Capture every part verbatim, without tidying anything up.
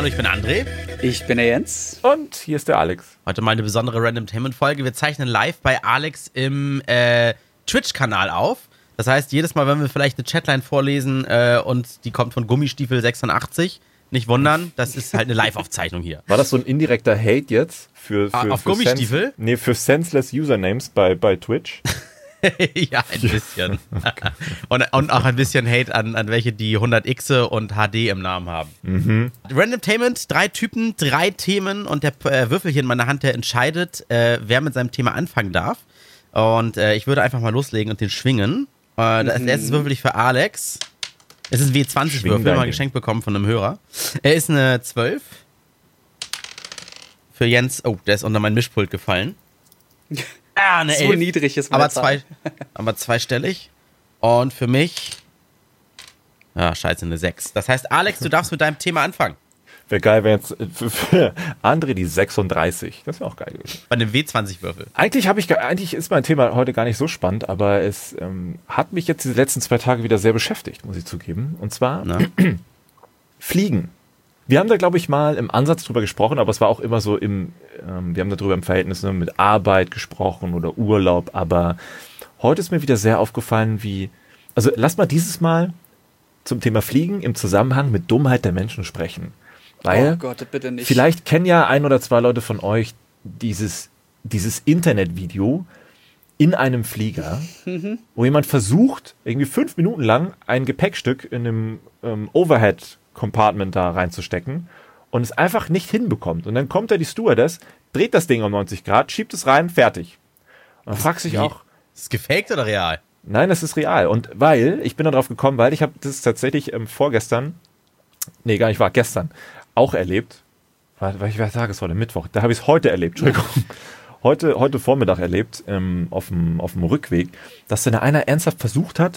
Hallo, ich bin André. Ich bin der Jens. Und hier ist der Alex. Heute mal eine besondere Random-Themen-Folge. Wir zeichnen live bei Alex im äh, Twitch-Kanal auf. Das heißt, jedes Mal, wenn wir vielleicht eine Chatline vorlesen äh, und die kommt von Gummistiefel sechsundachtzig, nicht wundern, das ist halt eine Live-Aufzeichnung hier. War das so ein indirekter Hate jetzt? Für, für, Ah, auf für Gummistiefel? Sens- nee, für senseless Usernames bei, bei Twitch? Ja, ein bisschen. und, und auch ein bisschen Hate an, an welche, die hundert X und H D im Namen haben. Mhm. Randomtainment, drei Typen, drei Themen und der äh, Würfel hier in meiner Hand, der entscheidet, äh, wer mit seinem Thema anfangen darf. Und äh, ich würde einfach mal loslegen und den schwingen. Äh, als Mhm. erstes würfel ich für Alex. Es ist ein W zwanzig Würfel, dein mal Ding. geschenkt bekommen von einem Hörer. Er ist eine zwölf. Für Jens, oh, der ist unter mein Mischpult gefallen. Ah, eine So elf. niedrig ist aber, meine Zahl. zwei, aber zweistellig. Und für mich, ah, scheiße, eine sechs. Das heißt, Alex, du darfst mit deinem Thema anfangen. Wäre geil, wenn jetzt für, für André die sechsunddreißig. Das wäre auch geil gewesen. Bei einem W zwanzig Würfel. Eigentlich, hab ich, gar- eigentlich ist mein Thema heute gar nicht so spannend, aber es ähm, hat mich jetzt die letzten zwei Tage wieder sehr beschäftigt, muss ich zugeben. Und zwar Na? Fliegen. Wir haben da, glaube ich, mal im Ansatz drüber gesprochen, aber es war auch immer so im, ähm, wir haben darüber im Verhältnis ne, mit Arbeit gesprochen oder Urlaub, aber heute ist mir wieder sehr aufgefallen, wie, also lass mal dieses Mal zum Thema Fliegen im Zusammenhang mit Dummheit der Menschen sprechen. Weil Oh Gott, bitte nicht. vielleicht kennen ja ein oder zwei Leute von euch dieses, dieses Internetvideo in einem Flieger, wo jemand versucht, irgendwie fünf Minuten lang ein Gepäckstück in einem ähm, Overhead-Compartment da reinzustecken und es einfach nicht hinbekommt. Und dann kommt da die Stewardess, dreht das Ding um neunzig Grad, schiebt es rein, fertig. Und dann fragt sich Wie? auch, Ist es gefaked oder real? nein, das ist real. Und weil, ich bin da drauf gekommen, weil ich habe das tatsächlich ähm, vorgestern, nee, gar nicht war, gestern, auch erlebt. Weil, weil ich weiß, Tag ist heute Mittwoch. Da habe ich es heute erlebt, Entschuldigung. Heute, heute Vormittag erlebt, ähm, auf dem auf dem Rückweg, dass dann einer ernsthaft versucht hat,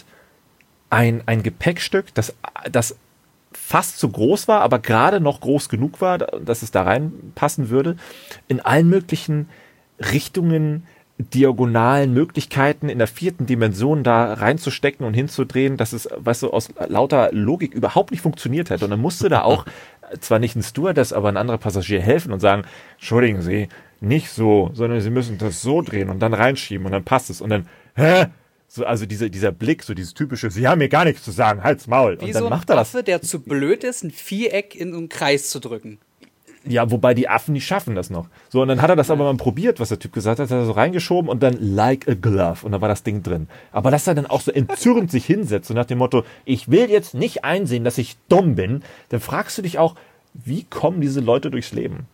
ein, ein Gepäckstück, das, das fast zu groß war, aber gerade noch groß genug war, dass es da reinpassen würde, in allen möglichen Richtungen, diagonalen Möglichkeiten in der vierten Dimension da reinzustecken und hinzudrehen, dass es, weißt du, aus lauter Logik überhaupt nicht funktioniert hätte. Und dann musste da auch zwar nicht ein Stewardess, aber ein anderer Passagier helfen und sagen, entschuldigen Sie, nicht so, sondern Sie müssen das so drehen und dann reinschieben und dann passt es. Und dann, hä? So, also dieser, dieser Blick, so dieses typische, Sie haben mir gar nichts zu sagen, halt's Maul. Wie Und dann so ein macht er das. Affe, der zu blöd ist, ein Viereck in einen Kreis zu drücken. Ja, wobei die Affen, die schaffen das noch. So, und dann hat er das aber mal probiert, was der Typ gesagt hat, hat er so reingeschoben und dann like a glove und dann war das Ding drin. Aber dass er dann auch so entzürnt sich hinsetzt und nach dem Motto, ich will jetzt nicht einsehen, dass ich dumm bin, dann fragst du dich auch, wie kommen diese Leute durchs Leben?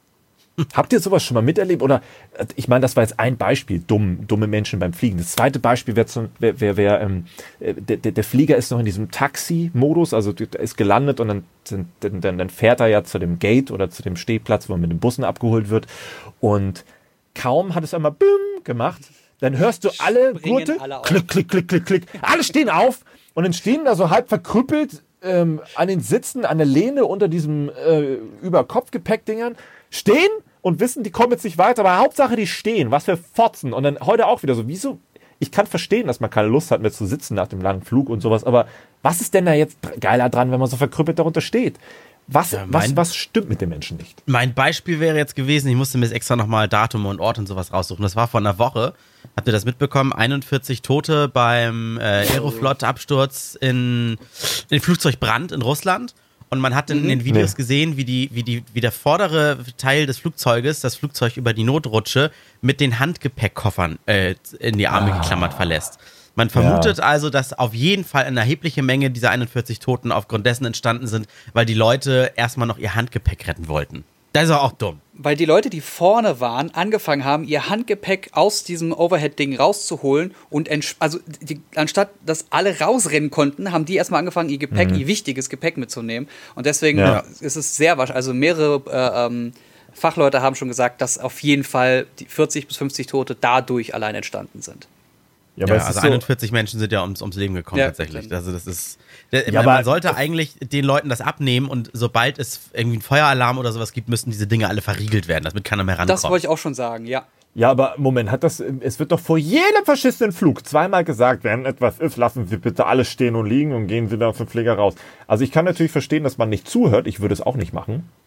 Habt ihr sowas schon mal miterlebt? Oder, äh, ich meine, das war jetzt ein Beispiel, dumm, dumme Menschen beim Fliegen. Das zweite Beispiel wäre, wär, wär, wär, ähm, äh, der, der Flieger ist noch in diesem Taxi-Modus, also der ist gelandet und dann, dann, dann, dann fährt er ja zu dem Gate oder zu dem Stehplatz, wo man mit den Bussen abgeholt wird. Und kaum hat es einmal BIM gemacht, dann hörst du alle Springen Gurte, alle auf. klick, klick, klick, klick, klick. Alle stehen auf und dann stehen da so halb verkrüppelt ähm, an den Sitzen, an der Lehne unter diesem äh, Über-Kopf-Gepäck-Dingern, stehen und wissen, die kommen jetzt nicht weiter, aber Hauptsache, die stehen. Was für Fotzen. Und dann heute auch wieder so, wieso? Ich kann verstehen, dass man keine Lust hat mehr zu sitzen nach dem langen Flug und sowas, aber was ist denn da jetzt geiler dran, wenn man so verkrüppelt darunter steht? Was, Ja, mein- was, was stimmt mit den Menschen nicht? Mein Beispiel wäre jetzt gewesen, ich musste mir jetzt extra nochmal Datum und Ort und sowas raussuchen. Das war vor einer Woche. Habt ihr das mitbekommen? einundvierzig Tote beim äh, Aeroflot-Absturz in, in Flugzeugbrand in Russland. Und man hat in Mhm. den Videos Nee. gesehen, wie, die, wie, die, wie der vordere Teil des Flugzeuges das Flugzeug über die Notrutsche mit den Handgepäckkoffern äh, in die Arme Ah. geklammert verlässt. Man vermutet also, dass auf jeden Fall eine erhebliche Menge dieser einundvierzig Toten aufgrund dessen entstanden sind, weil die Leute erstmal noch ihr Handgepäck retten wollten. Das ist auch dumm. Weil die Leute, die vorne waren, angefangen haben, ihr Handgepäck aus diesem Overhead-Ding rauszuholen und ents- also die, anstatt dass alle rausrennen konnten, haben die erstmal angefangen, ihr Gepäck, ihr wichtiges Gepäck mitzunehmen. Und deswegen Ja. ist es sehr wahrscheinlich, also mehrere äh, ähm, Fachleute haben schon gesagt, dass auf jeden Fall die vierzig bis fünfzig Tote dadurch allein entstanden sind. Ja, Ja, es also ist so- einundvierzig Menschen sind ja ums, ums Leben gekommen Ja, tatsächlich. klar. Also das ist, der, Ja, man, aber- sollte eigentlich den Leuten das abnehmen und sobald es irgendwie einen Feueralarm oder sowas gibt, müssten diese Dinge alle verriegelt werden, damit keiner mehr rankommt. Das wollte ich auch schon sagen, ja. Ja, aber Moment, hat das, es wird doch vor jedem verschissenen Flug zweimal gesagt, wenn etwas ist, lassen Sie bitte alles stehen und liegen und gehen Sie dann aus dem Flieger raus. Also ich kann natürlich verstehen, dass man nicht zuhört, ich würde es auch nicht machen.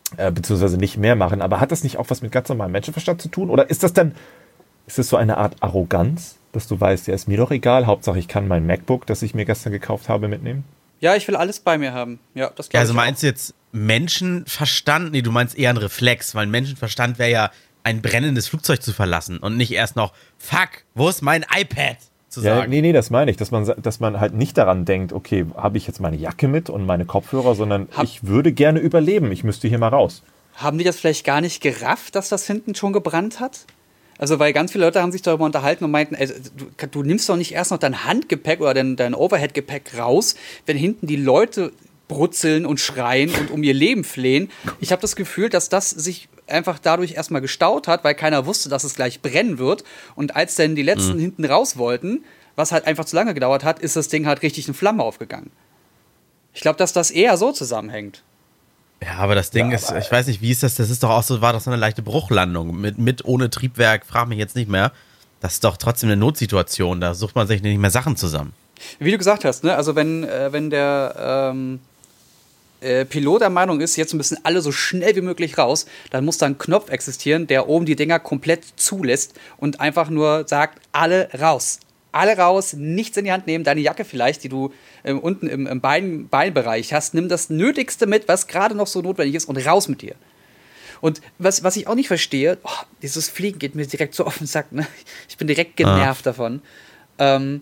Äh, beziehungsweise nicht mehr machen. Aber hat das nicht auch was mit ganz normalem Menschenverstand zu tun? Oder ist das dann, ist das so eine Art Arroganz, dass du weißt, ja, ist mir doch egal, Hauptsache ich kann mein MacBook, das ich mir gestern gekauft habe, mitnehmen? Ja, ich will alles bei mir haben. Ja, das Ja, glaube also ich meinst auch. du jetzt Menschenverstand? Nee, du meinst eher ein Reflex, weil Menschenverstand wäre ja, ein brennendes Flugzeug zu verlassen und nicht erst noch, fuck, wo ist mein iPad? Zu Ja, sagen. nee, nee, das meine ich, dass man, dass man halt nicht daran denkt, okay, habe ich jetzt meine Jacke mit und meine Kopfhörer, sondern Hab- ich würde gerne überleben, ich müsste hier mal raus. Haben die das vielleicht gar nicht gerafft, dass das hinten schon gebrannt hat? Also, weil ganz viele Leute haben sich darüber unterhalten und meinten, also, du, du nimmst doch nicht erst noch dein Handgepäck oder dein, dein Overhead-Gepäck raus, wenn hinten die Leute brutzeln und schreien und um ihr Leben flehen. Ich habe das Gefühl, dass das sich einfach dadurch erstmal gestaut hat, weil keiner wusste, dass es gleich brennen wird. Und als dann die letzten mhm. hinten raus wollten, was halt einfach zu lange gedauert hat, ist das Ding halt richtig in Flammen aufgegangen. Ich glaube, dass das eher so zusammenhängt. Ja, aber das Ding Ja, ist, aber- ich weiß nicht, wie ist das? Das ist doch auch so, war doch so eine leichte Bruchlandung. Mit, mit ohne Triebwerk, frag mich jetzt nicht mehr. Das ist doch trotzdem eine Notsituation. Da sucht man sich nicht mehr Sachen zusammen. Wie du gesagt hast, ne? Also wenn, äh, wenn der ähm, äh, Pilot der Meinung ist, jetzt müssen alle so schnell wie möglich raus, dann muss da ein Knopf existieren, der oben die Dinger komplett zulässt und einfach nur sagt, alle raus. Alle raus, nichts in die Hand nehmen, deine Jacke vielleicht, die du äh, unten im, im Bein, Beinbereich hast, nimm das Nötigste mit, was gerade noch so notwendig ist und raus mit dir. Und was, was ich auch nicht verstehe, oh, dieses Fliegen geht mir direkt so auf den Sack, ne? Ich bin direkt genervt ah. davon. Ähm,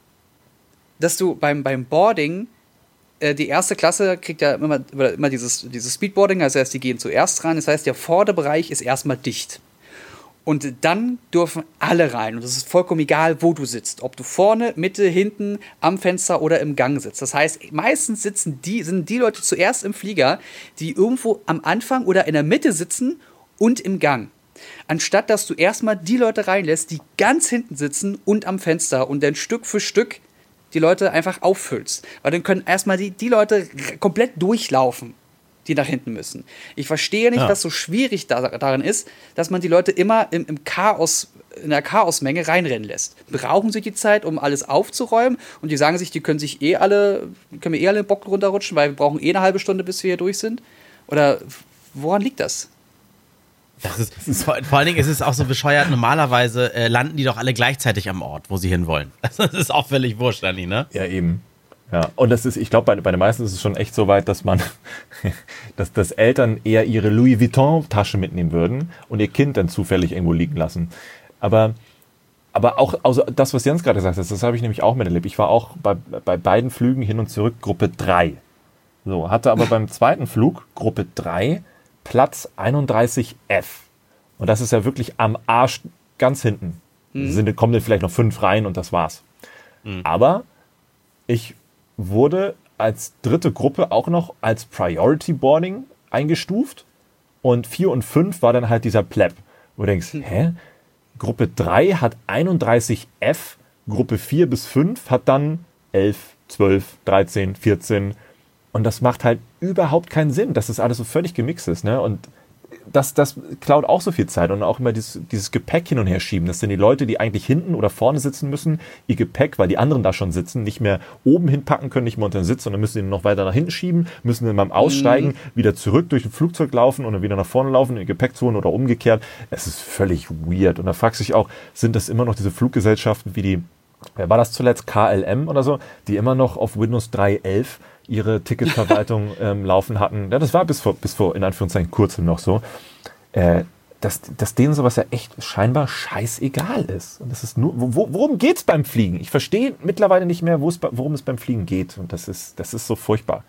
dass du beim, beim Boarding, äh, die erste Klasse kriegt ja immer, immer dieses, dieses Speedboarding, das heißt, die gehen zuerst rein, das heißt, der Vorderbereich ist erstmal dicht. Und dann dürfen alle rein. Und es ist vollkommen egal, wo du sitzt. Ob du vorne, Mitte, hinten, am Fenster oder im Gang sitzt. Das heißt, meistens sitzen die, sind die Leute zuerst im Flieger, die irgendwo am Anfang oder in der Mitte sitzen und im Gang. Anstatt, dass du erstmal die Leute reinlässt, die ganz hinten sitzen und am Fenster und dann Stück für Stück die Leute einfach auffüllst. Weil dann können erstmal die, die Leute komplett durchlaufen, die nach hinten müssen. Ich verstehe nicht, ja. was so schwierig da, daran ist, dass man die Leute immer im, im Chaos, in der Chaosmenge reinrennen lässt. Brauchen sie die Zeit, um alles aufzuräumen? Und die sagen sich, die können sich eh alle, können wir eh alle den Bock runterrutschen, weil wir brauchen eh eine halbe Stunde, bis wir hier durch sind? Oder woran liegt das? Das ist, vor, vor allen Dingen ist es auch so bescheuert, normalerweise äh, landen die doch alle gleichzeitig am Ort, wo sie hinwollen. Das ist auch völlig wurscht, Anni, ne? Ja, eben. Ja, und das ist, ich glaube, bei, bei den meisten ist es schon echt so weit, dass man, dass, dass Eltern eher ihre Louis Vuitton-Tasche mitnehmen würden und ihr Kind dann zufällig irgendwo liegen lassen. Aber, aber auch also das, was Jens gerade gesagt hat, das habe ich nämlich auch miterlebt. Ich war auch bei, bei beiden Flügen hin und zurück Gruppe drei. So, hatte aber beim zweiten Flug, Gruppe drei, Platz einunddreißig F. Und das ist ja wirklich am Arsch ganz hinten. Mhm. Sind, kommen dann vielleicht noch fünf rein und das war's. Mhm. Aber ich wurde als dritte Gruppe auch noch als Priority Boarding eingestuft und vier und fünf war dann halt dieser Pleb, wo du denkst, hä? Gruppe drei hat einunddreißig F, Gruppe vier bis fünf hat dann elf, zwölf, dreizehn, vierzehn und das macht halt überhaupt keinen Sinn, dass das alles so völlig gemixt ist, ne? Und das, das klaut auch so viel Zeit und auch immer dieses, dieses Gepäck hin und her schieben. Das sind die Leute, die eigentlich hinten oder vorne sitzen müssen, ihr Gepäck, weil die anderen da schon sitzen, nicht mehr oben hinpacken können, nicht mehr unter den Sitz, sondern müssen ihn noch weiter nach hinten schieben, müssen dann beim Aussteigen mhm. wieder zurück durch ein Flugzeug laufen und dann wieder nach vorne laufen, ihr Gepäck zu holen oder umgekehrt. Es ist völlig weird. Und da fragst du dich auch, sind das immer noch diese Fluggesellschaften wie die, wer war das zuletzt, K L M oder so, die immer noch auf Windows drei Punkt elf ihre Ticketverwaltung ähm, laufen hatten. Ja, das war bis vor, bis vor, in Anführungszeichen, kurzem noch so. Äh, dass, dass denen sowas ja echt scheinbar scheißegal ist. Und das ist nur, wo, worum geht's beim Fliegen? Ich verstehe mittlerweile nicht mehr, wo es, worum es beim Fliegen geht. Und das ist, das ist so furchtbar.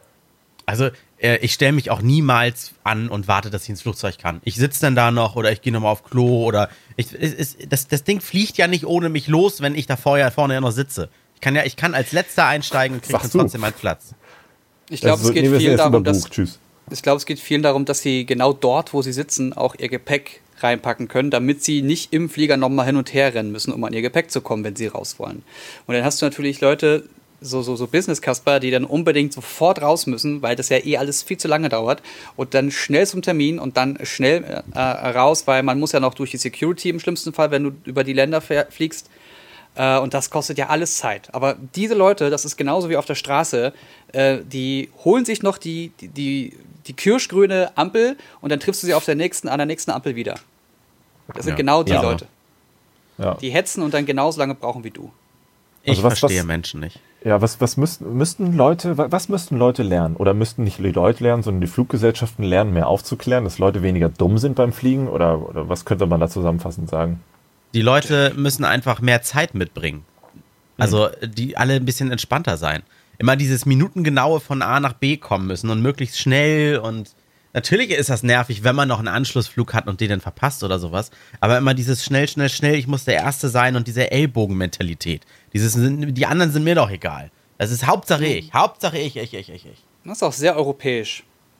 Also, äh, ich stelle mich auch niemals an und warte, dass ich ins Flugzeug kann. Ich sitze dann da noch oder ich gehe nochmal auf Klo oder ich, es, es, das, das Ding fliegt ja nicht ohne mich los, wenn ich da vorher, vorne ja noch sitze. Ich kann ja, ich kann als Letzter einsteigen und kriege dann trotzdem meinen Platz. Ich glaube, also, es geht nee, viel darum, dass, Tschüss. ich glaube, es geht vielen darum, dass sie genau dort, wo sie sitzen, auch ihr Gepäck reinpacken können, damit sie nicht im Flieger nochmal hin und her rennen müssen, um an ihr Gepäck zu kommen, wenn sie raus wollen. Und dann hast du natürlich Leute, so, so, so Business-Kasper, die dann unbedingt sofort raus müssen, weil das ja eh alles viel zu lange dauert und dann schnell zum Termin und dann schnell äh, raus, weil man muss ja noch durch die Security im schlimmsten Fall, wenn du über die Länder fliegst. Äh, und das kostet ja alles Zeit. Aber diese Leute, das ist genauso wie auf der Straße, äh, die holen sich noch die, die, die, die kirschgrüne Ampel und dann triffst du sie auf der nächsten, an der nächsten Ampel wieder. Das sind Ja. genau die Ja. Leute. Ja. Die hetzen und dann genauso lange brauchen wie du. Ich Also was- verstehe was- Menschen nicht. Ja, was, was müssten, müssten Leute, wa- was müssten Leute lernen? Oder müssten nicht die Leute lernen, sondern die Fluggesellschaften lernen, mehr aufzuklären, dass Leute weniger dumm sind beim Fliegen? Oder, oder was könnte man da zusammenfassend sagen? Die Leute müssen einfach mehr Zeit mitbringen. Also die alle ein bisschen entspannter sein. Immer dieses Minutengenaue von A nach B kommen müssen und möglichst schnell und natürlich ist das nervig, wenn man noch einen Anschlussflug hat und den dann verpasst oder sowas. Aber immer dieses schnell, schnell, schnell, ich muss der Erste sein und diese Ellbogenmentalität. Dieses, die anderen sind mir doch egal. Das ist Hauptsache ich. Hauptsache ich, ich, ich, ich, ich. Das ist auch sehr europäisch.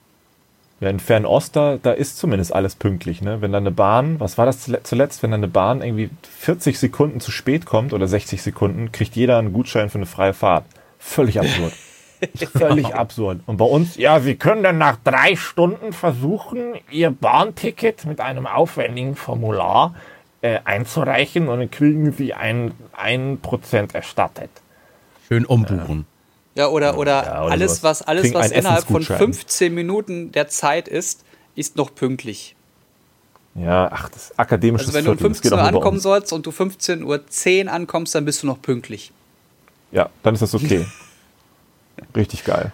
Ja, in Fernost, da, da ist zumindest alles pünktlich. Ne? Wenn dann eine Bahn, was war das zule- zuletzt, wenn dann eine Bahn irgendwie vierzig Sekunden zu spät kommt oder sechzig Sekunden, kriegt jeder einen Gutschein für eine freie Fahrt. Völlig absurd. Völlig absurd. Und bei uns, ja, Sie können dann nach drei Stunden versuchen, Ihr Bahnticket mit einem aufwendigen Formular äh, einzureichen und dann kriegen Sie ein, ein Prozent erstattet. Schön umbuchen. Ja, oder, oder, Ja, oder alles, sowas. was, alles, Kriegen was einen innerhalb von Essensgutschein. fünfzehn Minuten der Zeit ist, ist noch pünktlich. Ja, ach, das ist akademisches Also wenn du um Viertel, das geht fünfzehn auch Uhr nur bei ankommen uns. sollst und du fünfzehn Uhr zehn ankommst, dann bist du noch pünktlich. Ja, dann ist das okay. Richtig geil.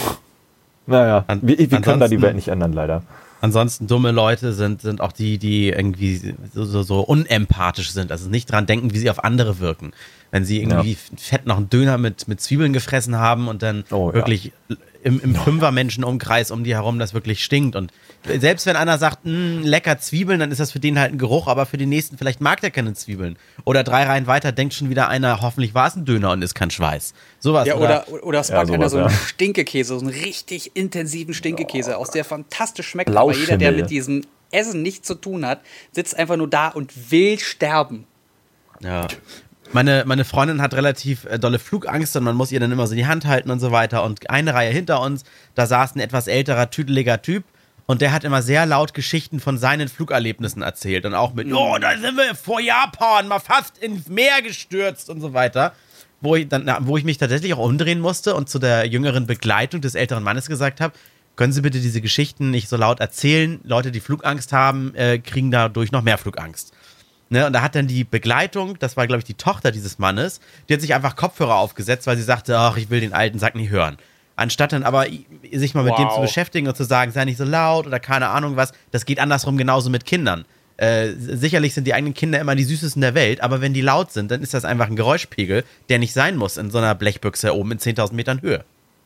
Naja, An- wir, wir können da die ansonsten- Welt nicht ändern, leider. Ansonsten dumme Leute sind, sind auch die, die irgendwie so, so, so unempathisch sind, also nicht dran denken, wie sie auf andere wirken. Wenn sie irgendwie fett noch einen Döner mit, mit Zwiebeln gefressen haben und dann Oh, ja. wirklich im, im Fünfer-Menschen-Umkreis um die herum das wirklich stinkt. Und selbst wenn einer sagt, "Mm, lecker Zwiebeln, dann ist das für den halt ein Geruch, aber für den nächsten vielleicht mag der keine Zwiebeln. Oder drei Reihen weiter denkt schon wieder einer, hoffentlich war es ein Döner und ist kein Schweiß. Sowas. Ja, oder, oder es Ja, packt einer sowas, so einen ja. Stinkekäse, so einen richtig intensiven Stinkekäse aus, der fantastisch schmeckt. Aber jeder, der Blauschimmel. mit diesem Essen nichts zu tun hat, sitzt einfach nur da und will sterben. Ja. Meine, meine Freundin hat relativ äh, dolle Flugangst und man muss ihr dann immer so die Hand halten und so weiter. Und eine Reihe hinter uns, da saß ein etwas älterer, tüdeliger Typ und der hat immer sehr laut Geschichten von seinen Flugerlebnissen erzählt. Und auch mit, oh, da sind wir vor Japan mal fast ins Meer gestürzt und so weiter. Wo ich, dann, wo ich mich tatsächlich auch umdrehen musste und zu der jüngeren Begleitung des älteren Mannes gesagt habe, können Sie bitte diese Geschichten nicht so laut erzählen? Leute, die Flugangst haben, äh, kriegen dadurch noch mehr Flugangst. Ne, und da hat dann die Begleitung, das war, glaube ich, die Tochter dieses Mannes, die hat sich einfach Kopfhörer aufgesetzt, weil sie sagte, ach, ich will den alten Sack nicht hören. Anstatt dann aber i- sich mal mit dem Wow. zu beschäftigen und zu sagen, sei nicht so laut oder keine Ahnung was, das geht andersrum genauso mit Kindern. Äh, sicherlich sind die eigenen Kinder immer die süßesten der Welt, aber wenn die laut sind, dann ist das einfach ein Geräuschpegel, der nicht sein muss in so einer Blechbüchse oben in zehntausend Metern Höhe.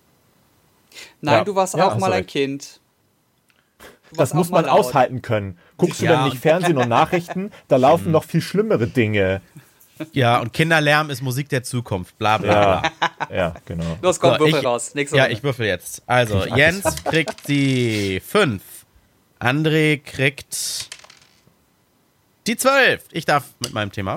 Nein, Ja. du warst Ja, auch hast mal du ein recht. Kind. Du Das warst muss auch mal man laut. aushalten können. Guckst du Ja, denn nicht und- Fernsehen und Nachrichten? Da laufen noch viel schlimmere Dinge. Ja, und Kinderlärm ist Musik der Zukunft, bla bla bla. Ja, ja, genau. Los, komm, So, Würfel ich- raus. Nächste Ja, Runde. ich würfel jetzt. Also, Jens kriegt die fünf. André kriegt die zwölf. Ich darf mit meinem Thema.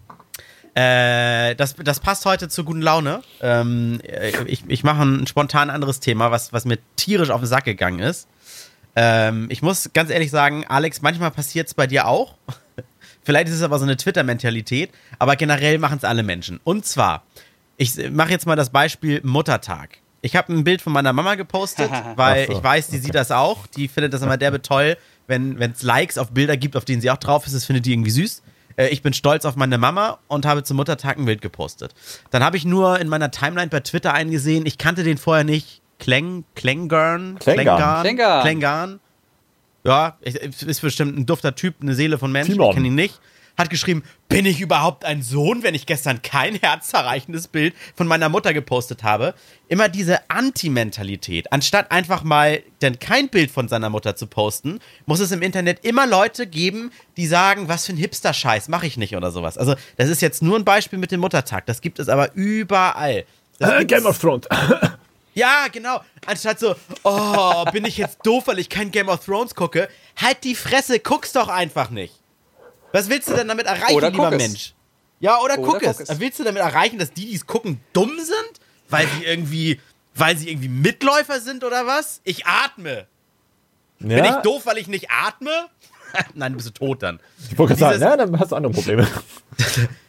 Äh, das, das passt heute zur guten Laune. Ähm, ich ich mache ein spontan anderes Thema, was, was mir tierisch auf den Sack gegangen ist. Ähm, ich muss ganz ehrlich sagen, Alex, manchmal passiert es bei dir auch. Vielleicht ist es aber so eine Twitter-Mentalität, aber generell machen es alle Menschen. Und zwar, ich mache jetzt mal das Beispiel Muttertag. Ich habe ein Bild von meiner Mama gepostet, weil Ach so, ich weiß, die sieht das auch. Die findet das immer derbe toll, wenn es Likes auf Bilder gibt, auf denen sie auch drauf ist. Das findet die irgendwie süß. Äh, ich bin stolz auf meine Mama und habe zum Muttertag ein Bild gepostet. Dann habe ich nur in meiner Timeline bei Twitter eingesehen, ich kannte den vorher nicht. Kleng, Klengarn? Klengarn. Klengarn. Klengarn. Ja, ich- ist bestimmt ein dufter Typ, eine Seele von Mensch. Timon. Ich kenne ihn nicht. Hat geschrieben, bin ich überhaupt ein Sohn, wenn ich gestern kein herzerreichendes Bild von meiner Mutter gepostet habe? Immer diese Anti-Mentalität. Anstatt einfach mal denn kein Bild von seiner Mutter zu posten, muss es im Internet immer Leute geben, die sagen, was für ein Hipster-Scheiß, mache ich nicht oder sowas. Also das ist jetzt nur ein Beispiel mit dem Muttertag. Das gibt es aber überall. Das Äh, gibt's- Game of Thrones. ja, genau. Anstatt so, oh, bin ich jetzt doof, weil ich kein Game of Thrones gucke. Halt die Fresse, guck's doch einfach nicht. Was willst du denn damit erreichen, Oder lieber guck es. Mensch? Ja, oder, Oder guck, guck es. es. Willst du damit erreichen, dass die, die es gucken, dumm sind? Weil sie irgendwie, weil sie irgendwie Mitläufer sind oder was? Ich atme. Bin ich Ja, doof, weil ich nicht atme? Nein, bist du tot dann. ich wollte gerade sagen, Dieses- ja, dann hast du andere Probleme.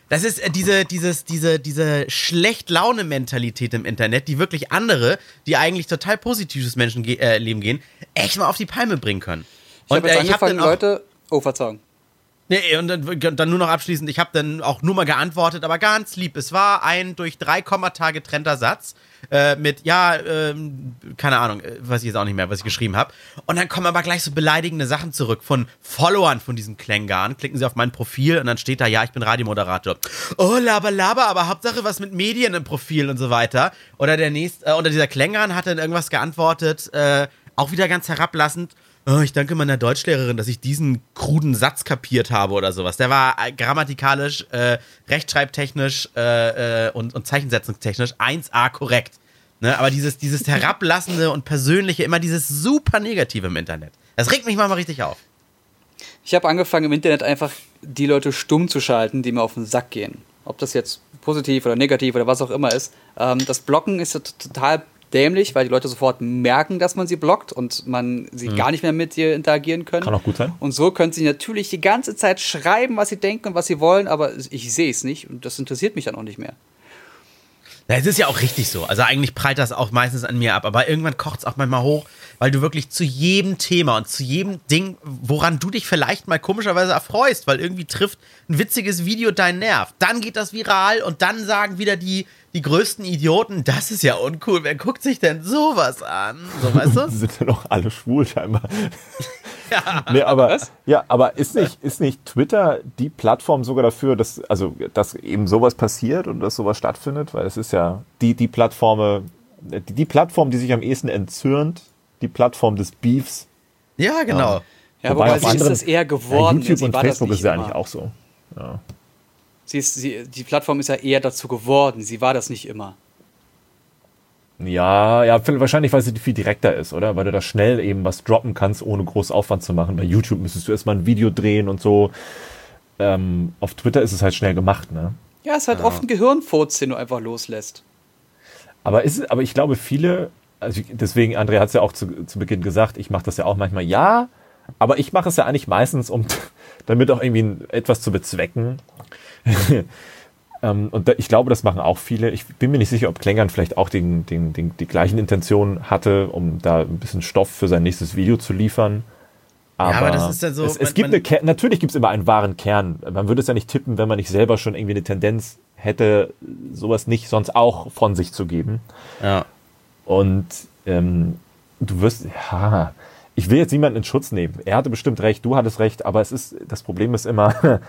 Das ist äh, diese, dieses, diese, diese Schlecht-Laune-Mentalität im Internet, die wirklich andere, die eigentlich total positives Menschenleben äh, Leben gehen, echt mal auf die Palme bringen können. Ich habe Und, jetzt äh, ich hab angefangen, dann auch, Leute... Oh, Verzeihung. Nee, und dann, dann nur noch abschließend, ich habe dann auch nur mal geantwortet, aber ganz lieb. Es war ein durch drei Kommata getrennter Satz äh, mit, ja, ähm, keine Ahnung, weiß ich jetzt auch nicht mehr, was ich geschrieben habe. Und dann kommen aber gleich so beleidigende Sachen zurück von Followern von diesem Klängern. Klicken sie auf mein Profil und dann steht da, ja, ich bin Radiomoderator. Oh, laber, laber, aber Hauptsache was mit Medien im Profil und so weiter. Oder der nächste, äh, oder dieser Klängern hat dann irgendwas geantwortet, äh, auch wieder ganz herablassend. Oh, ich danke meiner Deutschlehrerin, dass ich diesen kruden Satz kapiert habe oder sowas. Der war äh, grammatikalisch, äh, rechtschreibtechnisch äh, äh, und, und zeichensetzungstechnisch eins A korrekt. Ne? Aber dieses, dieses herablassende und persönliche, immer dieses super Negative im Internet. Das regt mich manchmal richtig auf. Ich habe angefangen, im Internet einfach die Leute stumm zu schalten, die mir auf den Sack gehen. Ob das jetzt positiv oder negativ oder was auch immer ist. Ähm, das Blocken ist ja total dämlich, weil die Leute sofort merken, dass man sie blockt und man sie mhm. gar nicht mehr mit dir interagieren können. Kann auch gut sein. Und so können sie natürlich die ganze Zeit schreiben, was sie denken und was sie wollen, aber ich sehe es nicht und das interessiert mich dann auch nicht mehr. Ja, es ist ja auch richtig so. Also eigentlich prallt das auch meistens an mir ab, aber irgendwann kocht es auch manchmal hoch, weil du wirklich zu jedem Thema und zu jedem Ding, woran du dich vielleicht mal komischerweise erfreust, weil irgendwie trifft ein witziges Video deinen Nerv. Dann geht das viral und dann sagen wieder die, die größten Idioten, das ist ja uncool, wer guckt sich denn sowas an? So, weißt du? Die sind ja doch alle schwul scheinbar. Ja. Nee, aber, ja, aber ist nicht, ist nicht Twitter die Plattform sogar dafür, dass, also, dass eben sowas passiert und dass sowas stattfindet? Weil es ist ja die, die Plattform, die, die Plattform, die sich am ehesten entzürnt, die Plattform des Beefs. Ja, genau. Ja, ja wobei, wobei sie ist das eher geworden. Ja, YouTube und Facebook ist ja immer. eigentlich auch so. Ja. Sie ist, sie, die Plattform ist ja eher dazu geworden. Sie war das nicht immer. Ja, ja, wahrscheinlich, weil sie viel direkter ist, oder? Weil du da schnell eben was droppen kannst, ohne groß Aufwand zu machen. Bei YouTube müsstest du erstmal ein Video drehen und so. Ähm, auf Twitter ist es halt schnell gemacht, ne? Ja, es ist halt ja. oft ein Gehirnfurz, den du einfach loslässt. Aber, ist, aber ich glaube, viele, also deswegen, André hat es ja auch zu, zu Beginn gesagt, ich mache das ja auch manchmal, ja, aber ich mache es ja eigentlich meistens, um damit auch irgendwie etwas zu bezwecken. ähm, und da, ich glaube, das machen auch viele. Ich bin mir nicht sicher, ob Klängern vielleicht auch den, den, den, die gleichen Intentionen hatte, um da ein bisschen Stoff für sein nächstes Video zu liefern. Aber, ja, aber das ist ja so. Es, es man, gibt eine Ker- natürlich gibt es immer einen wahren Kern. Man würde es ja nicht tippen, wenn man nicht selber schon irgendwie eine Tendenz hätte, sowas nicht sonst auch von sich zu geben. Ja. Und ähm, du wirst, ja, ich will jetzt niemanden in Schutz nehmen. Er hatte bestimmt recht, du hattest recht, aber es ist, das Problem ist immer,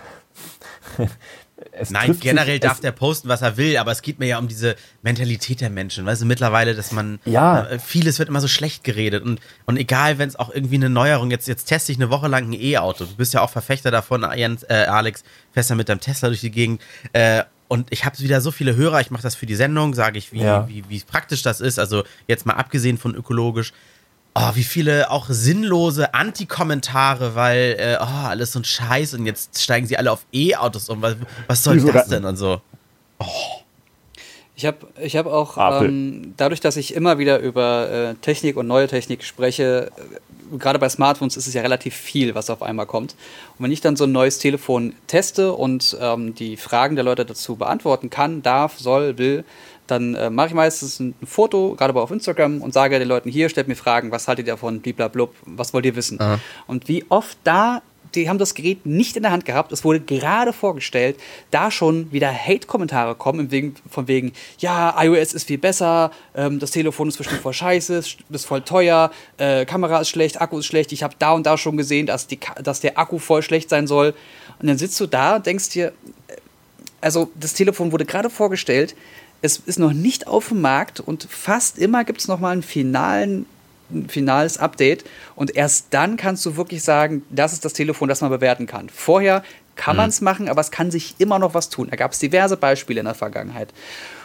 es Nein, generell sich, darf der posten, was er will, aber es geht mir ja um diese Mentalität der Menschen. Weißt du, mittlerweile, dass man, ja. äh, vieles wird immer so schlecht geredet und, und egal, wenn es auch irgendwie eine Neuerung, jetzt, jetzt teste ich eine Woche lang ein E-Auto. Du bist ja auch Verfechter davon, Jens, äh, Alex, fährst ja mit deinem Tesla durch die Gegend, äh, und ich habe wieder so viele Hörer, ich mache das für die Sendung, sage ich, wie, ja. wie, wie praktisch das ist, also jetzt mal abgesehen von ökologisch. Oh, wie viele auch sinnlose Anti-Kommentare, weil, äh, oh, alles so ein Scheiß und jetzt steigen sie alle auf E-Autos um. Was, was soll das denn und so? Oh. Ich habe ich hab auch, ähm, dadurch, dass ich immer wieder über äh, Technik und neue Technik spreche, äh, gerade bei Smartphones ist es ja relativ viel, was auf einmal kommt. Und wenn ich dann so ein neues Telefon teste und ähm, die Fragen der Leute dazu beantworten kann, darf, soll, will, dann äh, mache ich meistens ein, ein Foto, gerade auf Instagram, und sage den Leuten, hier, stellt mir Fragen, was haltet ihr davon, bliblablub, was wollt ihr wissen? Aha. Und wie oft da, die haben das Gerät nicht in der Hand gehabt, es wurde gerade vorgestellt, da schon wieder Hate-Kommentare kommen, wegen, von wegen, ja, iOS ist viel besser, ähm, das Telefon ist bestimmt voll scheiße, ist voll teuer, äh, Kamera ist schlecht, Akku ist schlecht, ich habe da und da schon gesehen, dass, die, dass der Akku voll schlecht sein soll. Und dann sitzt du da und denkst dir, also das Telefon wurde gerade vorgestellt, es ist noch nicht auf dem Markt und fast immer gibt es noch mal einen finalen, ein finales Update und erst dann kannst du wirklich sagen, das ist das Telefon, das man bewerten kann. Vorher kann man es machen, aber es kann sich immer noch was tun. Da gab es diverse Beispiele in der Vergangenheit.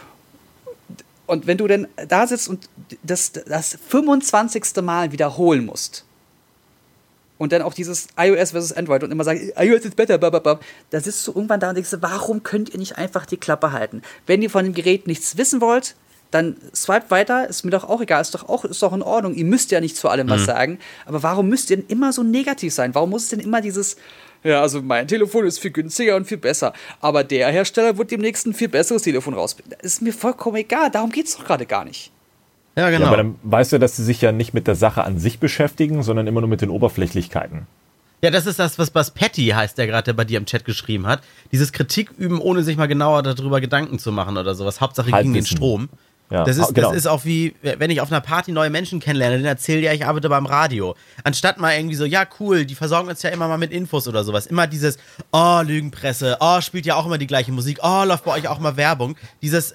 Und wenn du denn da sitzt und das, das fünfundzwanzigste Mal wiederholen musst, und dann auch dieses iOS versus Android und immer sagen, iOS ist besser, blablabla. Da sitzt du irgendwann da und denkst, warum könnt ihr nicht einfach die Klappe halten? Wenn ihr von dem Gerät nichts wissen wollt, dann swipe weiter, ist mir doch auch egal, ist doch auch ist doch in Ordnung. Ihr müsst ja nicht zu allem mhm. was sagen, aber warum müsst ihr denn immer so negativ sein? Warum muss es denn immer dieses, Ja, also mein Telefon ist viel günstiger und viel besser. Aber der Hersteller wird demnächst ein viel besseres Telefon rausbringen. Das ist mir vollkommen egal. Darum geht es doch gerade gar nicht. Ja, genau. Ja, aber dann weißt du, dass sie sich ja nicht mit der Sache an sich beschäftigen, sondern immer nur mit den Oberflächlichkeiten. Ja, das ist das, was, was Patty heißt, der gerade bei dir im Chat geschrieben hat. Dieses Kritik üben, ohne sich mal genauer darüber Gedanken zu machen oder sowas. Hauptsache gegen den Strom. Ja, das, ist, genau. das ist auch wie, wenn ich auf einer Party neue Menschen kennenlerne, dann erzähle ja, ich arbeite beim Radio. Anstatt mal irgendwie so, ja cool, die versorgen uns ja immer mal mit Infos oder sowas. Immer dieses, oh, Lügenpresse, oh, spielt ja auch immer die gleiche Musik, oh, läuft bei euch auch mal Werbung. Dieses,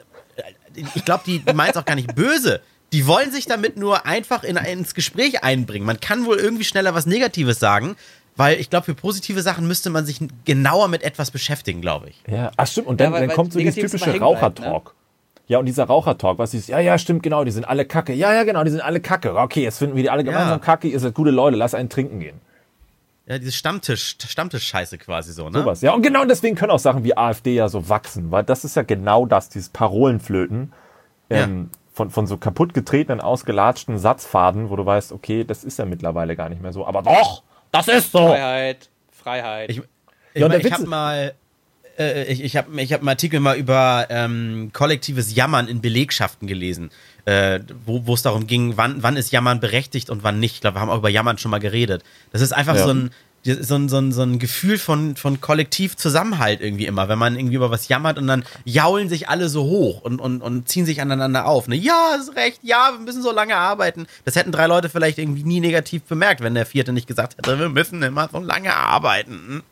ich glaube, die meinen es auch gar nicht böse. Die wollen sich damit nur einfach in, ins Gespräch einbringen. Man kann wohl irgendwie schneller was Negatives sagen, weil ich glaube, für positive Sachen müsste man sich genauer mit etwas beschäftigen, glaube ich. Ja, ach stimmt. Und dann, Ja, weil- dann weil kommt so dieses Negatives typische immer hängen bleibt, Rauchertalk. Ja, und dieser Rauchertalk, was ist, ja, ja, stimmt, genau, die sind alle kacke. Ja, ja, genau, die sind alle kacke. Okay, jetzt finden wir die alle gemeinsam Ja. kacke. Ihr seid gute Leute, lass einen trinken gehen. Ja, diese Stammtisch, Stammtisch-Scheiße quasi so, ne? Sowas. Ja, und genau deswegen können auch Sachen wie AfD ja so wachsen, weil das ist ja genau das, dieses Parolenflöten ähm, von, von so kaputt getretenen, ausgelatschten Satzfaden, wo du weißt, okay, das ist ja mittlerweile gar nicht mehr so. Aber doch, das ist so. Freiheit, Freiheit. Ich, ich, Ja, und mein, der ich Witz habe ist- mal, äh, ich, ich habe ich hab einen Artikel mal über ähm, kollektives Jammern in Belegschaften gelesen, äh, wo wo es darum ging, wann, wann ist Jammern berechtigt und wann nicht. Ich glaube, wir haben auch über Jammern schon mal geredet. Das ist einfach Ja. so ein so ein, so ein, so ein Gefühl von, von Kollektivzusammenhalt irgendwie immer, wenn man irgendwie über was jammert und dann jaulen sich alle so hoch und, und, und ziehen sich aneinander auf. Ne? Ja, ist recht, ja, wir müssen so lange arbeiten. Das hätten drei Leute vielleicht irgendwie nie negativ bemerkt, wenn der vierte nicht gesagt hätte, wir müssen immer so lange arbeiten.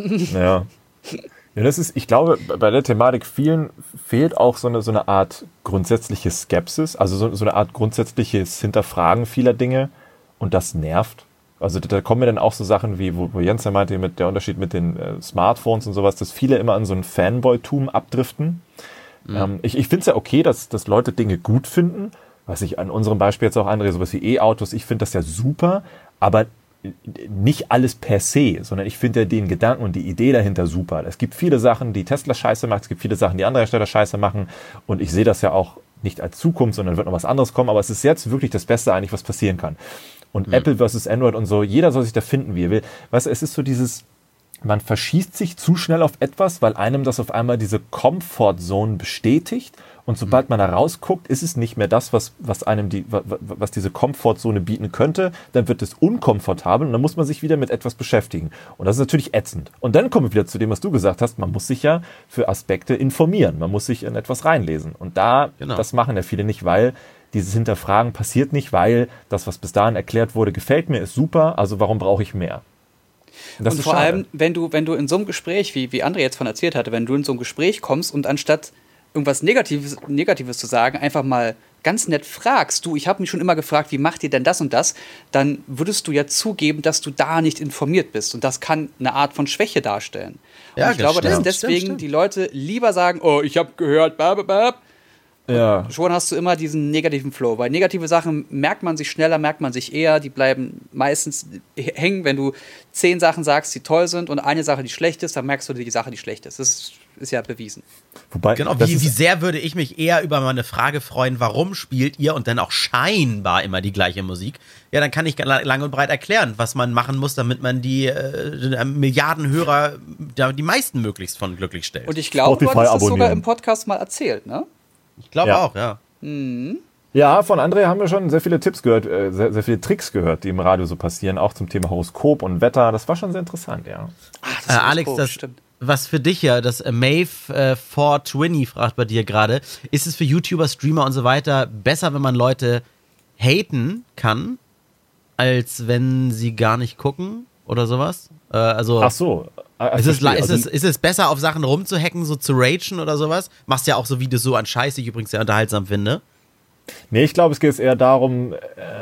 Ja. Ja, das ist, ich glaube, bei der Thematik vielen fehlt auch so eine, so eine Art grundsätzliche Skepsis, also so, so eine Art grundsätzliches Hinterfragen vieler Dinge und das nervt. Also da kommen mir dann auch so Sachen wie, wo, wo Jens ja meinte, mit der Unterschied mit den äh, Smartphones und sowas, dass viele immer an so ein Fanboy-Tum abdriften. Mhm. Ähm, ich ich finde es ja okay, dass, dass Leute Dinge gut finden, was ich an unserem Beispiel jetzt auch andere, sowas wie E-Autos, ich finde das ja super, aber nicht alles per se, sondern ich finde ja den Gedanken und die Idee dahinter super. Es gibt viele Sachen, die Tesla scheiße macht, es gibt viele Sachen, die andere Hersteller scheiße machen und ich sehe das ja auch nicht als Zukunft, sondern wird noch was anderes kommen, aber es ist jetzt wirklich das Beste eigentlich, was passieren kann. Und mhm. Apple versus Android und so, jeder soll sich da finden, wie er will. Weißt du, es ist so dieses, man verschießt sich zu schnell auf etwas, weil einem das auf einmal diese Comfort-Zone bestätigt und sobald man da rausguckt, ist es nicht mehr das, was, was einem die, was diese Comfort-Zone bieten könnte, dann wird es unkomfortabel und dann muss man sich wieder mit etwas beschäftigen. Und das ist natürlich ätzend. Und dann kommen wir wieder zu dem, was du gesagt hast, man muss sich ja für Aspekte informieren, man muss sich in etwas reinlesen. Und da, Genau. das machen ja viele nicht, weil dieses Hinterfragen passiert nicht, weil das, was bis dahin erklärt wurde, gefällt mir, ist super, also warum brauche ich mehr? Und, und vor schade. allem, wenn du, wenn du in so einem Gespräch, wie, wie André jetzt von erzählt hatte, wenn du in so ein Gespräch kommst und anstatt irgendwas Negatives, Negatives zu sagen, einfach mal ganz nett fragst, du, ich habe mich schon immer gefragt, wie macht ihr denn das und das, dann würdest du ja zugeben, dass du da nicht informiert bist. Und das kann eine Art von Schwäche darstellen. Ja, und ich glaube, stimmt, dass deswegen stimmt, stimmt. die Leute lieber sagen, oh, ich habe gehört, bab, bab. Ja. Schon hast du immer diesen negativen Flow, weil negative Sachen merkt man sich schneller, merkt man sich eher, die bleiben meistens hängen, wenn du zehn Sachen sagst, die toll sind und eine Sache, die schlecht ist, dann merkst du die Sache, die schlecht ist. Das ist, ist ja bewiesen. Wobei, Genau, das wie, ist- wie sehr würde ich mich eher über meine Frage freuen, warum spielt ihr und dann auch scheinbar immer die gleiche Musik? Ja, dann kann ich la- lang und breit erklären, was man machen muss, damit man die äh, Milliarden Hörer, ja, die meisten möglichst von glücklich stellt. Und ich glaube, du Spotify hattest das sogar abonnieren. im Podcast mal erzählt, ne? ich glaube Ja. auch, ja. Ja, von André haben wir schon sehr viele Tipps gehört, äh, sehr, sehr viele Tricks gehört, die im Radio so passieren, auch zum Thema Horoskop und Wetter. Das war schon sehr interessant, ja. Ach, Äh, Alex, Horoskop, das, stimmt. was für dich ja, das äh, Maeve äh, four twenty fragt bei dir gerade, ist es für YouTuber, Streamer und so weiter besser, wenn man Leute haten kann, als wenn sie gar nicht gucken oder sowas? Äh, also Ach so. äh, ist, es, verstehe. ist, Also- es, ist es besser, auf Sachen rumzuhacken, so zu ragen oder sowas? Machst ja auch so Videos so an Scheiß, die ich übrigens sehr unterhaltsam finde. Nee, ich glaube, es geht eher darum, äh,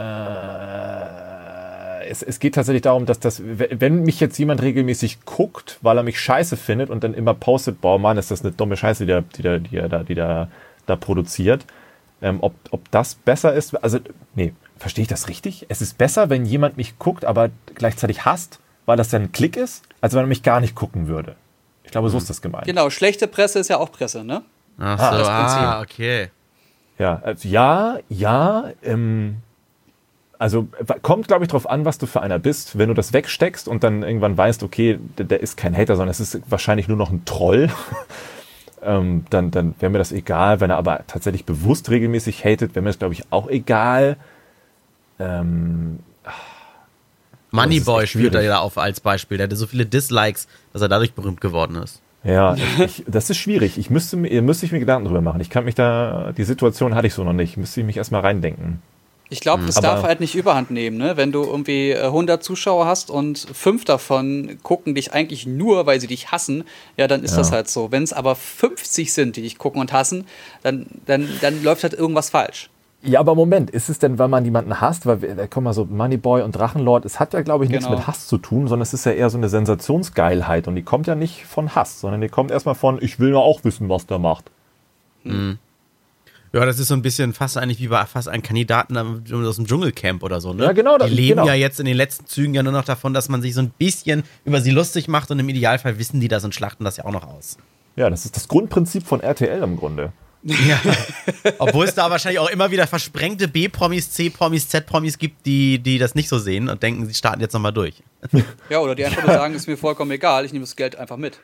es, es geht tatsächlich darum, dass das, wenn mich jetzt jemand regelmäßig guckt, weil er mich scheiße findet und dann immer postet, boah, Mann, ist das eine dumme Scheiße, die, der, die, der, die er da, die da, da produziert, ähm, ob, ob das besser ist, also, nee, verstehe ich das richtig? Es ist besser, wenn jemand mich guckt, aber gleichzeitig hasst, weil das dann ein Klick ist, als wenn er mich gar nicht gucken würde. Ich glaube, so ist das gemeint. Genau, schlechte Presse ist ja auch Presse, ne? Ach Ah, so, das ah, okay. Ja, also ja, ja, ähm, also kommt, glaube ich, drauf an, was du für einer bist. Wenn du das wegsteckst und dann irgendwann weißt, okay, der, der ist kein Hater, sondern es ist wahrscheinlich nur noch ein Troll, ähm, dann, dann wäre mir das egal. Wenn er aber tatsächlich bewusst regelmäßig hatet, wäre mir das, glaube ich, auch egal. Ähm, Moneyboy spielt er ja auf als Beispiel. Der hatte so viele Dislikes, dass er dadurch berühmt geworden ist. Ja, ich, das ist schwierig. Ich müsste, mir- müsste ich mir Gedanken drüber machen. Ich kann mich da, die Situation hatte ich so noch nicht. Müsste ich mich erstmal reindenken. Ich glaube, das Aber- darf halt nicht überhand nehmen, ne? Wenn du irgendwie äh, hundert Zuschauer hast und fünf davon gucken dich eigentlich nur, weil sie dich hassen, ja, dann ist Ja. das halt so. Wenn es aber fünfzig sind, die dich gucken und hassen, dann, dann, dann läuft halt irgendwas falsch. Ja, aber Moment, ist es denn, weil man jemanden hasst? Weil, wir- da kommen mal so Moneyboy und Drachenlord, es hat ja, glaube ich, nichts Genau. mit Hass zu tun, sondern es ist ja eher so eine Sensationsgeilheit und die kommt ja nicht von Hass, sondern die kommt erstmal von, ich will ja auch wissen, was der macht. Ja, das ist so ein bisschen fast eigentlich wie bei fast einem Kandidaten aus dem Dschungelcamp oder so, ne? Ja, genau, das- Die leben genau. ja jetzt in den letzten Zügen ja nur noch davon, dass man sich so ein bisschen über sie lustig macht und im Idealfall wissen die das und schlachten das ja auch noch aus. Ja, das ist das Grundprinzip von R T L im Grunde. Ja. Obwohl es da wahrscheinlich auch immer wieder versprengte B-Promis, C-Promis, Z-Promis gibt, die, die das nicht so sehen und denken, sie starten jetzt nochmal durch. Ja, oder die einfach nur sagen, ist mir vollkommen egal, ich nehme das Geld einfach mit.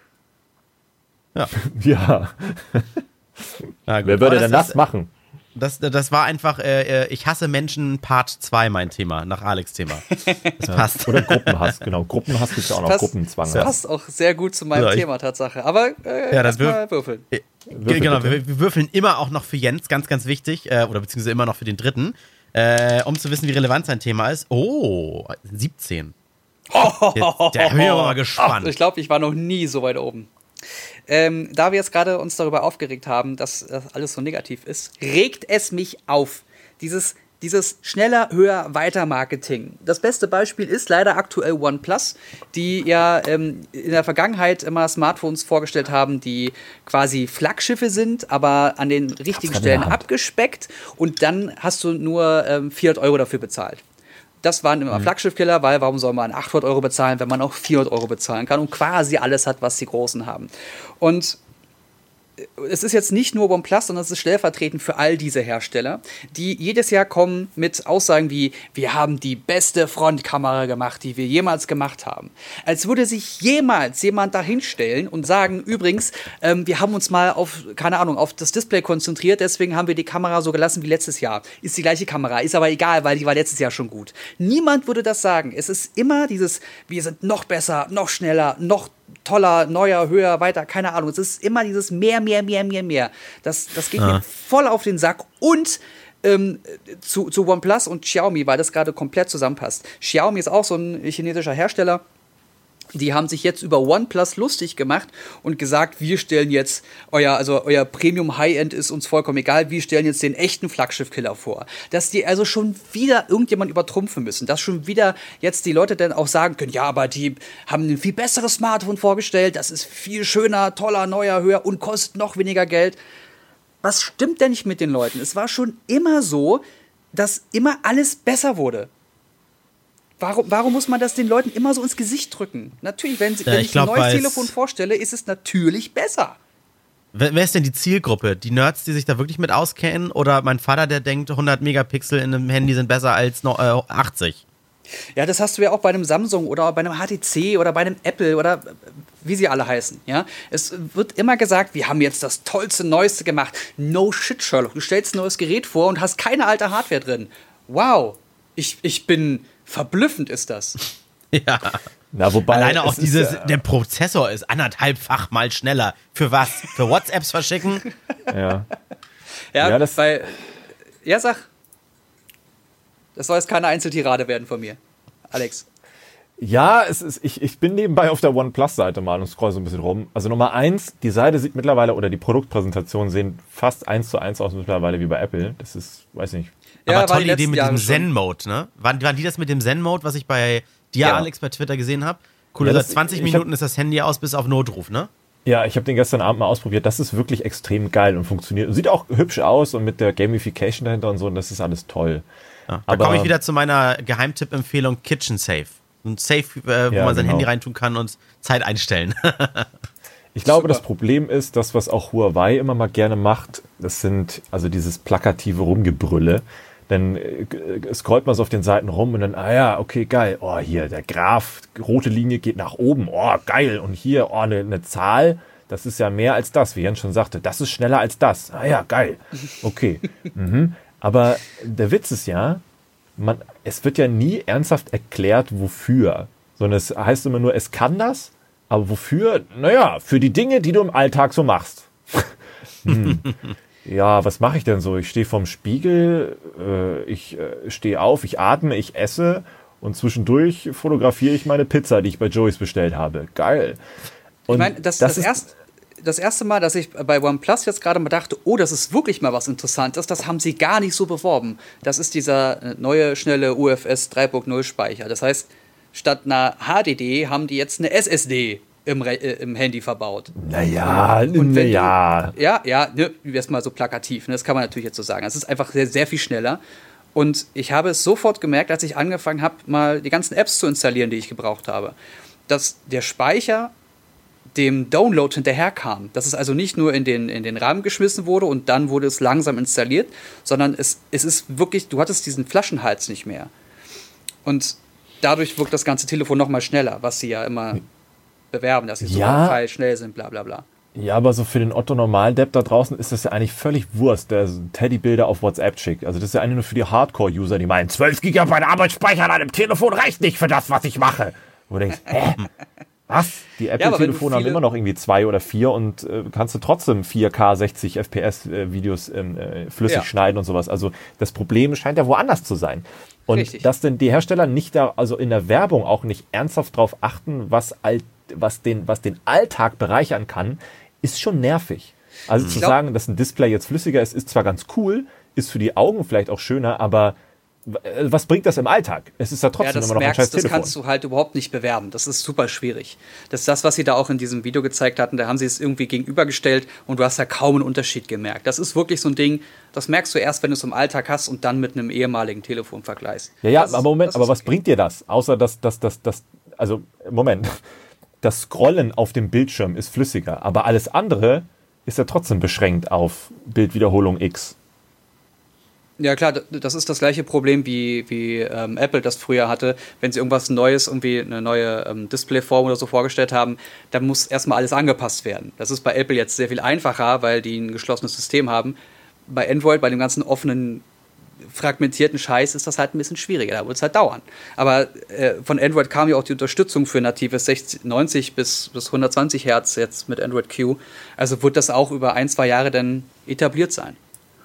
Ja, Ja, gut. wer Aber würde denn das ist- machen? Das, das war einfach, äh, äh, ich hasse Menschen Part zwei mein Thema, nach Alex Thema. Das passt. Oder Gruppenhass, genau. Gruppenhass gibt es ja auch noch, Passt- Gruppenzwang. Das passt auch sehr gut zu meinem Ja, ich- Thema, Tatsache. Aber äh, Ja, das erstmal würfeln. Äh, Würfel genau, bitte. wir, wir würfeln immer auch noch für Jens, ganz, ganz wichtig, äh, oder beziehungsweise immer noch für den dritten, äh, um zu wissen, wie relevant sein Thema ist. Oh, siebzehn. Jetzt, da bin ich aber mal gespannt. Ach, ich glaube, ich war noch nie so weit oben. Ähm, da wir jetzt gerade uns darüber aufgeregt haben, dass das alles so negativ ist, regt es mich auf. Dieses, dieses schneller, höher, weiter Marketing. Das beste Beispiel ist leider aktuell OnePlus, die ja ähm, in der Vergangenheit immer Smartphones vorgestellt haben, die quasi Flaggschiffe sind, aber an den richtigen grad in der Stellen Hand. abgespeckt und dann hast du nur ähm, vierhundert Euro dafür bezahlt. Das waren immer Flaggschiffkiller, weil warum soll man achthundert Euro bezahlen, wenn man auch vierhundert Euro bezahlen kann und quasi alles hat, was die Großen haben. Und es ist jetzt nicht nur OnePlus, sondern es ist stellvertretend für all diese Hersteller, die jedes Jahr kommen mit Aussagen wie, wir haben die beste Frontkamera gemacht, die wir jemals gemacht haben. Als würde sich jemals jemand dahinstellen und sagen, übrigens, ähm, wir haben uns mal auf, keine Ahnung, auf das Display konzentriert, deswegen haben wir die Kamera so gelassen wie letztes Jahr. Ist die gleiche Kamera, ist aber egal, weil die war letztes Jahr schon gut. Niemand würde das sagen. Es ist immer dieses, wir sind noch besser, noch schneller, noch toller, neuer, höher, weiter, keine Ahnung. Es ist immer dieses mehr, mehr, mehr, mehr, mehr. Das, das geht mir voll auf den Sack. Und ähm, zu, zu OnePlus und Xiaomi, weil das gerade komplett zusammenpasst. Xiaomi ist auch so ein chinesischer Hersteller. Die haben sich jetzt über OnePlus lustig gemacht und gesagt, wir stellen jetzt, euer, also euer Premium High-End ist uns vollkommen egal, wir stellen jetzt den echten Flaggschiff-Killer vor. Dass die also schon wieder irgendjemand übertrumpfen müssen, dass schon wieder jetzt die Leute dann auch sagen können, ja, aber die haben ein viel besseres Smartphone vorgestellt, das ist viel schöner, toller, neuer, höher und kostet noch weniger Geld. Was stimmt denn nicht mit den Leuten? Es war schon immer so, dass immer alles besser wurde. Warum, warum muss man das den Leuten immer so ins Gesicht drücken? Natürlich, wenn, sie, Ja, wenn ich ich glaub, ein neues weil's- Telefon vorstelle, ist es natürlich besser. Wer, wer ist denn die Zielgruppe? Die Nerds, die sich da wirklich mit auskennen? Oder mein Vater, der denkt, hundert Megapixel in einem Handy sind besser als noch, äh, achtzig? Ja, das hast du ja auch bei einem Samsung oder bei einem H T C oder bei einem Apple oder äh, wie sie alle heißen. Ja? Es wird immer gesagt, wir haben jetzt das tollste, neueste gemacht. No shit, Sherlock. Du stellst ein neues Gerät vor und hast keine alte Hardware drin. Wow, ich, ich bin verblüffend ist das. Ja. Na, wobei, Alleine auch es ist dieses, ja- der Prozessor ist anderthalbfach mal schneller. Für was? Für WhatsApps verschicken? Ja. Ja, Ja, das- weil, ja, sag. Das soll jetzt keine Einzeltirade werden von mir. Alex. Ja, es ist, ich, ich bin nebenbei auf der OnePlus-Seite mal und scroll so ein bisschen rum. Also Nummer eins, die Seite sieht mittlerweile, oder die Produktpräsentationen sehen fast eins zu eins aus mittlerweile wie bei Apple. Das ist, weiß nicht. Ja, Aber war die tolle Idee letzten mit Jahre diesem schon. Zen-Mode, ne? Waren, waren die das mit dem Zen-Mode, was ich bei dir, Ja. Alex, bei Twitter gesehen habe? Cool, Ja, seit das- zwanzig ich Minuten hab- ist das Handy aus bis auf Notruf, ne? Ja, ich habe den gestern Abend mal ausprobiert. Das ist wirklich extrem geil und funktioniert. Sieht auch hübsch aus und mit der Gamification dahinter und so. Und das ist alles toll. Ja. Da Aber- komme ich wieder zu meiner Geheimtipp-Empfehlung Kitchen Safe. Ein Safe, äh, wo Ja, man sein genau. Handy reintun kann und Zeit einstellen. Ich glaube, Super. das Problem ist, das, was auch Huawei immer mal gerne macht, das sind also dieses plakative Rumgebrülle. Dann äh, scrollt man so auf den Seiten rum und dann, ah ja, okay, geil. Oh, hier, der Graph, rote Linie geht nach oben. Oh, geil. Und hier, oh, eine, eine Zahl, das ist ja mehr als das, wie Jens schon sagte. Das ist schneller als das. Ah ja, geil. Okay. mhm. Aber der Witz ist ja, man, es wird ja nie ernsthaft erklärt, wofür. Sondern es heißt immer nur, es kann das, aber wofür? Naja, für die Dinge, die du im Alltag so machst. hm. Ja, was mache ich denn so? Ich stehe vorm Spiegel, äh, ich äh, stehe auf, ich atme, ich esse und zwischendurch fotografiere ich meine Pizza, die ich bei Joey's bestellt habe. Geil. Und ich meine, das, das, das, erst, das erste Mal, dass ich bei OnePlus jetzt gerade mal dachte, oh, das ist wirklich mal was Interessantes, das haben sie gar nicht so beworben. Das ist dieser neue, schnelle U F S drei Punkt null Speicher. Das heißt, statt einer H D D haben die jetzt eine S S D im, Re äh, im Handy verbaut. Naja, naja. Ja, ja, ne, erstmal so plakativ, ne, das kann man natürlich jetzt so sagen. Es ist einfach sehr, sehr viel schneller. Und ich habe es sofort gemerkt, als ich angefangen habe, mal die ganzen Apps zu installieren, die ich gebraucht habe, dass der Speicher dem Download hinterherkam. Dass es also nicht nur in den, in den RAM geschmissen wurde und dann wurde es langsam installiert, sondern es, es ist wirklich, du hattest diesen Flaschenhals nicht mehr. Und dadurch wirkt das ganze Telefon noch mal schneller, was sie ja immer bewerben, dass sie so ja. feil schnell sind, bla bla bla. Ja, aber so für den Otto-Normal-Depp da draußen ist das ja eigentlich völlig Wurst, der Teddybilder auf WhatsApp schickt. Also das ist ja eigentlich nur für die Hardcore-User, die meinen, zwölf Gigabyte Arbeitsspeicher an einem Telefon reicht nicht für das, was ich mache. Wo du denkst, hä? Was? Die Apple-Telefone ja, haben immer noch irgendwie zwei oder vier und äh, kannst du trotzdem vier K sechzig F P S-Videos äh, äh, flüssig ja. schneiden und sowas. Also das Problem scheint ja woanders zu sein. Und Richtig. Dass denn die Hersteller nicht da, also in der Werbung auch nicht ernsthaft drauf achten, was, alt, was, den, was den Alltag bereichern kann, ist schon nervig. Also ich zu glaub, sagen, dass ein Display jetzt flüssiger ist, ist zwar ganz cool, ist für die Augen vielleicht auch schöner, aber was bringt das im Alltag? Es ist ja trotzdem ja, immer noch merkst, ein scheiß Telefon. Das kannst du halt überhaupt nicht bewerben. Das ist super schwierig. Das ist das, was sie da auch in diesem Video gezeigt hatten. Da haben sie es irgendwie gegenübergestellt und du hast ja kaum einen Unterschied gemerkt. Das ist wirklich so ein Ding, das merkst du erst, wenn du es im Alltag hast und dann mit einem ehemaligen Telefon vergleichst. Ja, ja, das, aber Moment, aber was okay. bringt dir das? Außer dass das, das, das, also Moment, das Scrollen auf dem Bildschirm ist flüssiger, aber alles andere ist ja trotzdem beschränkt auf Bildwiederholung X. Ja klar, das ist das gleiche Problem, wie, wie ähm, Apple das früher hatte. Wenn sie irgendwas Neues, irgendwie eine neue ähm, Displayform oder so vorgestellt haben, dann muss erstmal alles angepasst werden. Das ist bei Apple jetzt sehr viel einfacher, weil die ein geschlossenes System haben. Bei Android, bei dem ganzen offenen, fragmentierten Scheiß ist das halt ein bisschen schwieriger. Da wird es halt dauern. Aber äh, von Android kam ja auch die Unterstützung für natives sechzig, neunzig bis, bis hundertzwanzig Hertz jetzt mit Android Q. Also wird das auch über ein, zwei Jahre dann etabliert sein.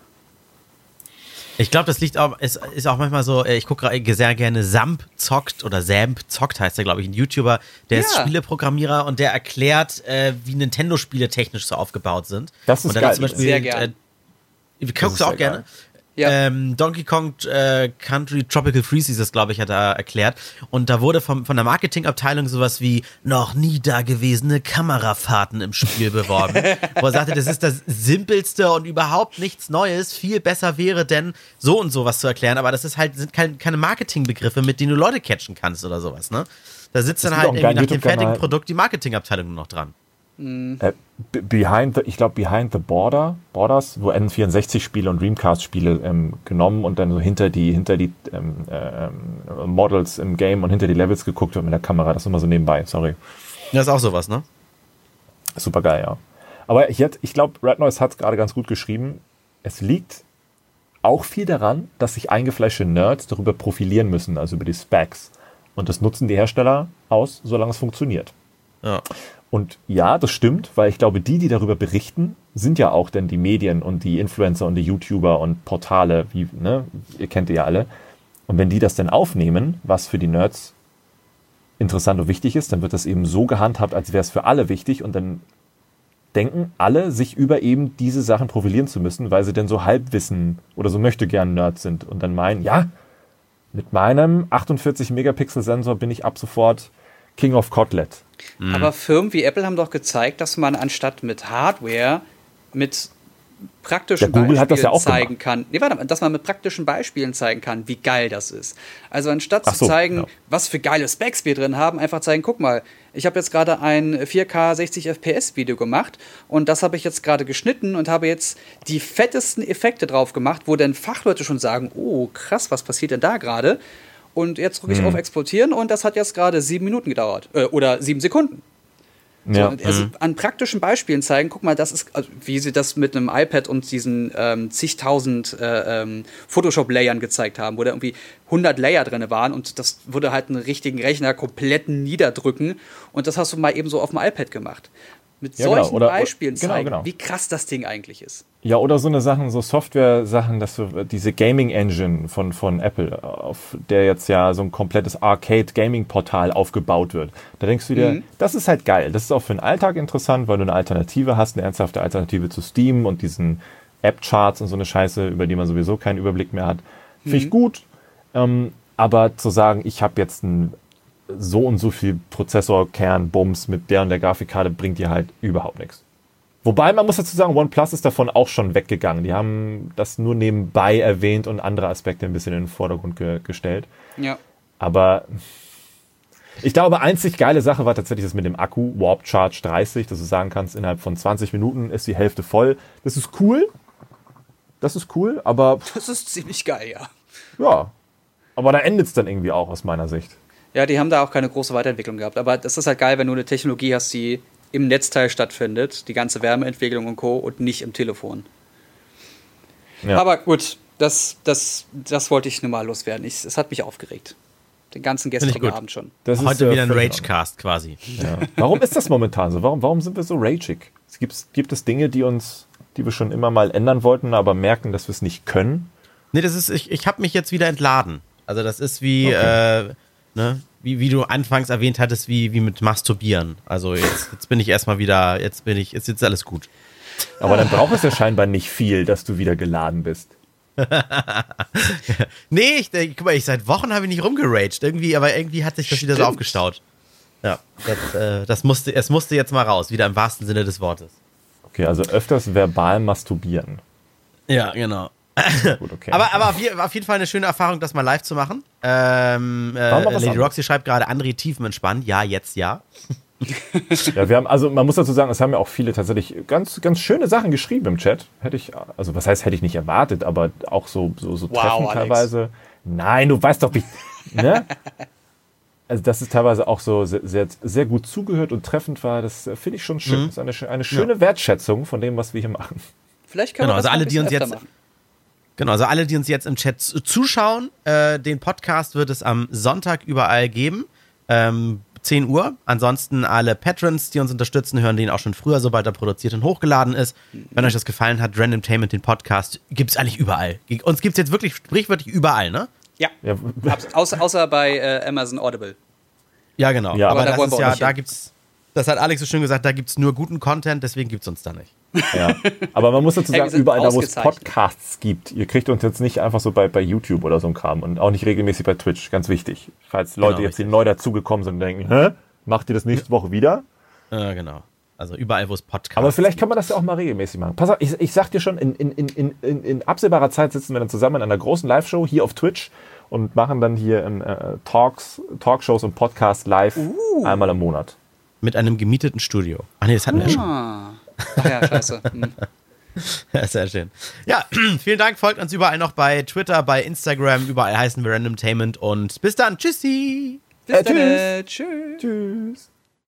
Ich glaube, das liegt auch, ist, ist auch manchmal so, ich gucke sehr gerne Samp zockt oder Samp zockt heißt der, glaube ich, ein YouTuber, der ja. ist Spieleprogrammierer und der erklärt, äh, wie Nintendo-Spiele technisch so aufgebaut sind. Das ist und geil. Zum Beispiel, sehr gerne. Äh, guckst du auch gerne? Geil. Ja. Ähm, Donkey Kong äh, Country Tropical Freeze ist das, glaube ich, hat er erklärt. Und da wurde vom, von der Marketingabteilung sowas wie noch nie dagewesene Kamerafahrten im Spiel beworben. Wo er sagte, das ist das Simpelste und überhaupt nichts Neues. Viel besser wäre denn, so und sowas zu erklären. Aber das ist halt, sind kein, keine Marketingbegriffe, mit denen du Leute catchen kannst oder sowas, ne? Da sitzt das dann halt irgendwie nach dem fertigen Produkt die Marketingabteilung nur noch dran. Äh, behind the, ich glaube Behind the Border, Borders, wo N vierundsechzig Spiele und Dreamcast Spiele ähm, genommen und dann so hinter die, hinter die ähm, äh, Models im Game und hinter die Levels geguckt wird mit der Kamera. Das ist immer so nebenbei, sorry. Das ist auch sowas, ne? Super geil, ja. Aber ich, ich glaube, Red Noise hat es gerade ganz gut geschrieben. Es liegt auch viel daran, dass sich eingefleischte Nerds darüber profilieren müssen, also über die Specs. Und das nutzen die Hersteller aus, solange es funktioniert. Ja. Und ja, das stimmt, weil ich glaube, die, die darüber berichten, sind ja auch dann die Medien und die Influencer und die YouTuber und Portale, wie, ne, ihr kennt die ja alle. Und wenn die das dann aufnehmen, was für die Nerds interessant und wichtig ist, dann wird das eben so gehandhabt, als wäre es für alle wichtig und dann denken alle, sich über eben diese Sachen profilieren zu müssen, weil sie denn so Halbwissen oder so möchte gern Nerds sind und dann meinen, ja, mit meinem achtundvierzig Megapixel Sensor bin ich ab sofort King of Kotlet. Mhm. Aber Firmen wie Apple haben doch gezeigt, dass man anstatt mit Hardware mit praktischen ja, Google Beispielen hat das ja auch zeigen gemacht. kann. Nee, warte mal, dass man mit praktischen Beispielen zeigen kann, wie geil das ist. Also anstatt Ach zu so, zeigen, ja. was für geile Specs wir drin haben, einfach zeigen, guck mal, Ich habe jetzt gerade ein vier K sechzig F P S Video gemacht und das habe ich jetzt gerade geschnitten und habe jetzt die fettesten Effekte drauf gemacht, wo dann Fachleute schon sagen, oh krass, was passiert denn da gerade? Und jetzt drücke ich Mhm. auf Exportieren und das hat jetzt gerade sieben Minuten gedauert. Äh, oder sieben Sekunden. Ja. So, also an praktischen Beispielen zeigen, guck mal, das ist, also wie sie das mit einem iPad und diesen ähm, zigtausend äh, ähm, Photoshop-Layern gezeigt haben, wo da irgendwie hundert Layer drin waren und das würde halt einen richtigen Rechner komplett niederdrücken und das hast du mal eben so auf dem iPad gemacht. Mit Ja, genau. solchen Oder- Beispielen genau, zeigen, genau. wie krass das Ding eigentlich ist. Ja, oder so eine Sachen, so Software-Sachen, dass du diese Gaming-Engine von, von Apple, auf der jetzt ja so ein komplettes Arcade-Gaming-Portal aufgebaut wird. Da denkst du dir, Mhm. das ist halt geil. Das ist auch für den Alltag interessant, weil du eine Alternative hast, eine ernsthafte Alternative zu Steam und diesen App-Charts und so eine Scheiße, über die man sowieso keinen Überblick mehr hat. Finde ich gut. Ähm, aber zu sagen, ich habe jetzt ein so und so viel Prozessorkern, Bums mit der und der Grafikkarte, bringt dir halt überhaupt nichts. Wobei, man muss dazu sagen, OnePlus ist davon auch schon weggegangen. Die haben das nur nebenbei erwähnt und andere Aspekte ein bisschen in den Vordergrund ge- gestellt. Ja. Aber ich glaube, einzig geile Sache war tatsächlich das mit dem Akku, Warp Charge dreißig, dass du sagen kannst, innerhalb von zwanzig Minuten ist die Hälfte voll. Das ist cool. Das ist cool, aber Das ist ziemlich geil, ja. ja. Aber da endet es dann irgendwie auch aus meiner Sicht. Ja, die haben da auch keine große Weiterentwicklung gehabt. Aber das ist halt geil, wenn du eine Technologie hast, die im Netzteil stattfindet, die ganze Wärmeentwicklung und Co. und nicht im Telefon. Ja. Aber gut, das, das, das wollte ich nur mal loswerden. Ich, es hat mich aufgeregt. Den ganzen ich gestrigen gut. Abend schon. Das ist, Heute äh, wieder ein völlig Ragecast quasi. Ja. Warum ist das momentan so? Warum, warum sind wir so rageig? Es gibt, gibt es Dinge, die uns, die wir schon immer mal ändern wollten, aber merken, dass wir es nicht können? Nee, das ist, ich, ich habe mich jetzt wieder entladen. Also das ist wie, Okay. äh, ne, wie, wie du anfangs erwähnt hattest, wie, wie mit Masturbieren. Also jetzt, jetzt bin ich erstmal wieder, jetzt bin ich, jetzt ist alles gut. Aber dann braucht es ja scheinbar nicht viel, dass du wieder geladen bist. Nee, ich, äh, guck mal, ich seit Wochen habe ich nicht rumgeraged. Irgendwie, aber irgendwie hat sich das wieder so Stimmt. aufgestaut. Ja, das, äh, das musste, es musste jetzt mal raus, wieder im wahrsten Sinne des Wortes. Okay, also öfters verbal masturbieren. Ja, genau. Gut, okay. Aber, aber auf, je, auf jeden Fall eine schöne Erfahrung, das mal live zu machen. Ähm, äh, War mal was Lady anderes. Roxy schreibt gerade, André tiefenentspannt. Ja, jetzt ja. Ja, wir haben, also man muss dazu sagen, es haben ja auch viele tatsächlich ganz, ganz schöne Sachen geschrieben im Chat. Hätte ich, also was heißt, hätte ich nicht erwartet, aber auch so, so, so Wow, Treffen Alex. teilweise. Nein, du weißt doch, wie, ne? Also, dass es teilweise auch so sehr, sehr, sehr gut zugehört und treffend war, das äh, finde ich schon schön. Mhm. Das ist eine, schö- eine schöne Wertschätzung von dem, was wir hier machen. Vielleicht können Genau, wir das also mal alle, ein die bisschen uns öfter jetzt, machen. genau, also alle, die uns jetzt im Chat zu- zuschauen, äh, den Podcast wird es am Sonntag überall geben, ähm, zehn Uhr. Ansonsten alle Patrons, die uns unterstützen, hören den auch schon früher, sobald er produziert und hochgeladen ist. Wenn euch das gefallen hat, Randomtainment, den Podcast, gibt es eigentlich überall. Uns gibt es jetzt wirklich sprichwörtlich überall, ne? Ja, Ja, Abs- außer, außer bei äh, Amazon Audible. Ja, genau. Ja, aber aber da das wollen ist wir auch ja, nicht da hin. gibt's, das hat Alex so schön gesagt, da gibt es nur guten Content, deswegen gibt es uns da nicht. ja. Aber man muss dazu Hey, wir sagen, sind überall da, wo es ausgezeichnet. Podcasts gibt, ihr kriegt uns jetzt nicht einfach so bei, bei YouTube oder so ein Kram und auch nicht regelmäßig bei Twitch, ganz wichtig. Falls Leute Genau, jetzt hier neu dazugekommen sind und denken, hä, macht ihr das nächste Woche wieder? Äh, genau. Also überall, wo es Podcasts Aber vielleicht kann man das ja auch mal regelmäßig machen. Pass auf, ich, ich sag dir schon, in, in, in, in, in absehbarer Zeit sitzen wir dann zusammen in einer großen Live-Show hier auf Twitch und machen dann hier in, äh, Talks, Talkshows und Podcasts live Uh. einmal im Monat. mit einem gemieteten Studio. Ach nee, das hatten wir schon. Ah. Ach ja, scheiße. Hm. Ja, sehr schön. Ja, vielen Dank. Folgt uns überall noch bei Twitter, bei Instagram. Überall heißen wir Randomtainment. Und bis dann. Tschüssi. Bis Äh, dann. tschüss. äh, Tschüss. Tschüss.